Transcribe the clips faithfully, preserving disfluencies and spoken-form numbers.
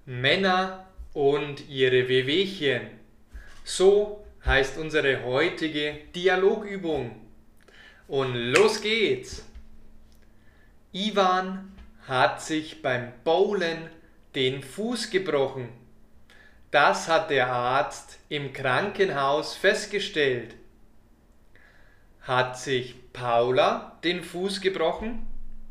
Männer und ihre Wehwehchen. So heißt unsere heutige Dialogübung. Und los geht's! Iwan hat sich beim Bowlen den Fuß gebrochen. Das hat der Arzt im Krankenhaus festgestellt. Hat sich Paula den Fuß gebrochen?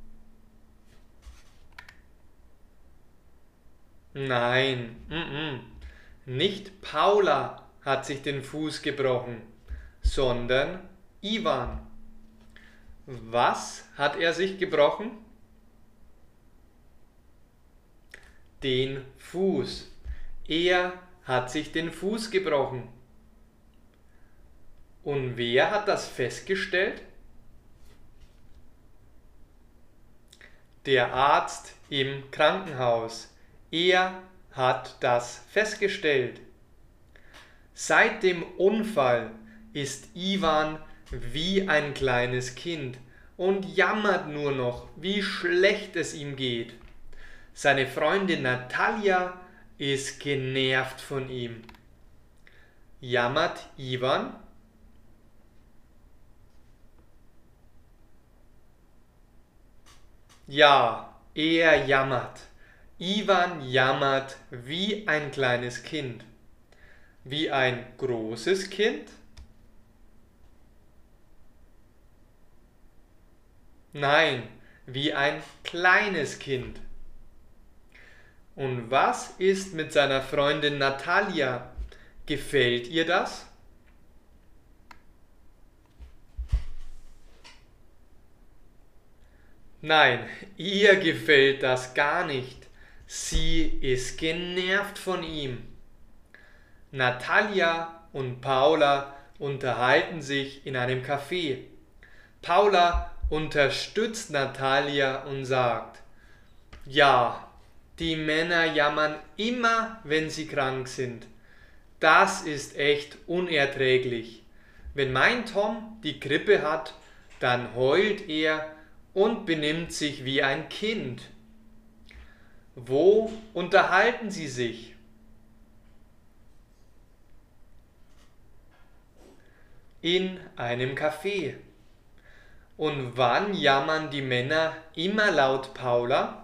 Nein, mm-mm. Nicht Paula hat sich den Fuß gebrochen, sondern Iwan. Was hat er sich gebrochen? Den Fuß. Er hat sich den Fuß gebrochen. Und wer hat das festgestellt? Der Arzt im Krankenhaus. Er hat das festgestellt. Seit dem Unfall ist Iwan wie ein kleines Kind und jammert nur noch, wie schlecht es ihm geht. Seine Freundin Natalia ist genervt von ihm. Jammert Iwan? Ja, er jammert. Iwan jammert wie ein kleines Kind. Wie ein großes Kind? Nein, wie ein kleines Kind. Und was ist mit seiner Freundin Natalia? Gefällt ihr das? Nein, ihr gefällt das gar nicht. Sie ist genervt von ihm. Natalia und Paula unterhalten sich in einem Café. Paula unterstützt Natalia und sagt: Ja, die Männer jammern immer, wenn sie krank sind. Das ist echt unerträglich. Wenn mein Tom die Grippe hat, dann heult er und benimmt sich wie ein Kind. Wo unterhalten sie sich? In einem Café. Und wann jammern die Männer immer laut Paula?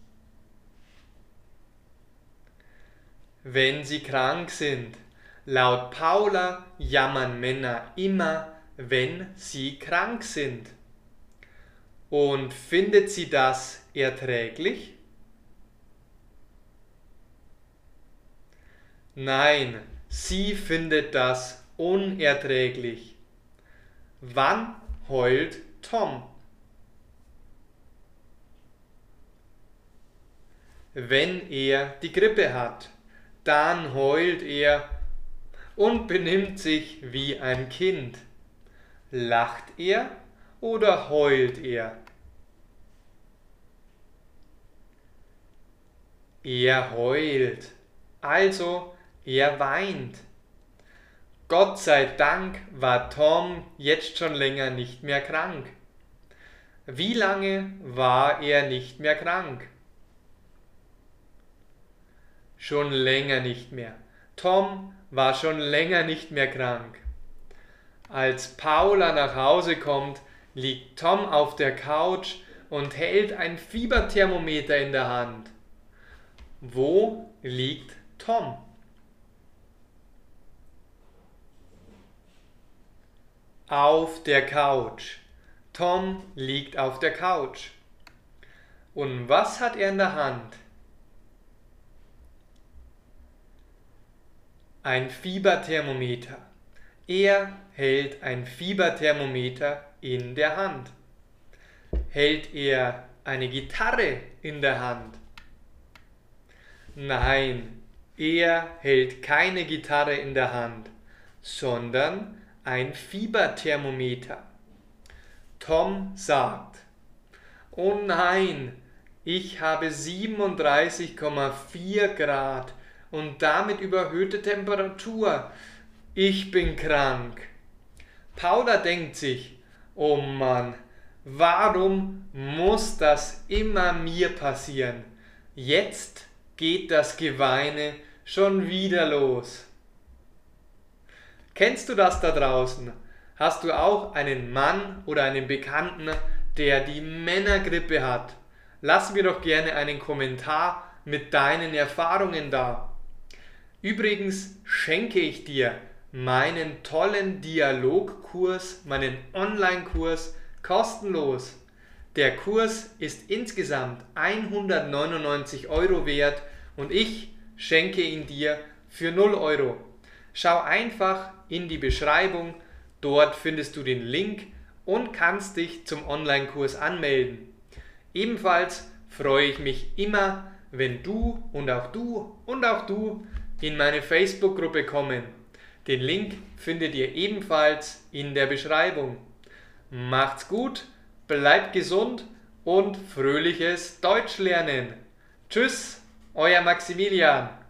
Wenn sie krank sind. Laut Paula jammern Männer immer, wenn sie krank sind. Und findet sie das erträglich? Nein, sie findet das unerträglich. Wann heult Tom? Wenn er die Grippe hat, dann heult er und benimmt sich wie ein Kind. Lacht er oder heult er? Er heult, also er weint. Gott sei Dank war Tom jetzt schon länger nicht mehr krank. Wie lange war er nicht mehr krank? Schon länger nicht mehr. Tom war schon länger nicht mehr krank. Als Paula nach Hause kommt, liegt Tom auf der Couch und hält ein Fieberthermometer in der Hand. Wo liegt Tom? Auf der Couch. Tom liegt auf der Couch. Und was hat er in der Hand? Ein Fieberthermometer. Er hält ein Fieberthermometer in der Hand. Hält er eine Gitarre in der Hand? Nein, er hält keine Gitarre in der Hand, sondern ein Fieberthermometer. Tom sagt: Oh nein, ich habe siebenunddreißig Komma vier Grad und damit überhöhte Temperatur. Ich bin krank. Paula denkt sich: Oh Mann, warum muss das immer mir passieren? Jetzt geht das Geweine schon wieder los. Kennst du das da draußen? Hast du auch einen Mann oder einen Bekannten, der die Männergrippe hat? Lass mir doch gerne einen Kommentar mit deinen Erfahrungen da. Übrigens schenke ich dir meinen tollen Dialogkurs, meinen Online-Kurs kostenlos. Der Kurs ist insgesamt hundertneunundneunzig Euro wert und ich schenke ihn dir für null Euro. Schau einfach in die Beschreibung, dort findest du den Link und kannst dich zum Online-Kurs anmelden. Ebenfalls freue ich mich immer, wenn du und auch du und auch du in meine Facebook-Gruppe kommen. Den Link findet ihr ebenfalls in der Beschreibung. Macht's gut, bleibt gesund und fröhliches Deutsch lernen. Tschüss, euer Maximilian.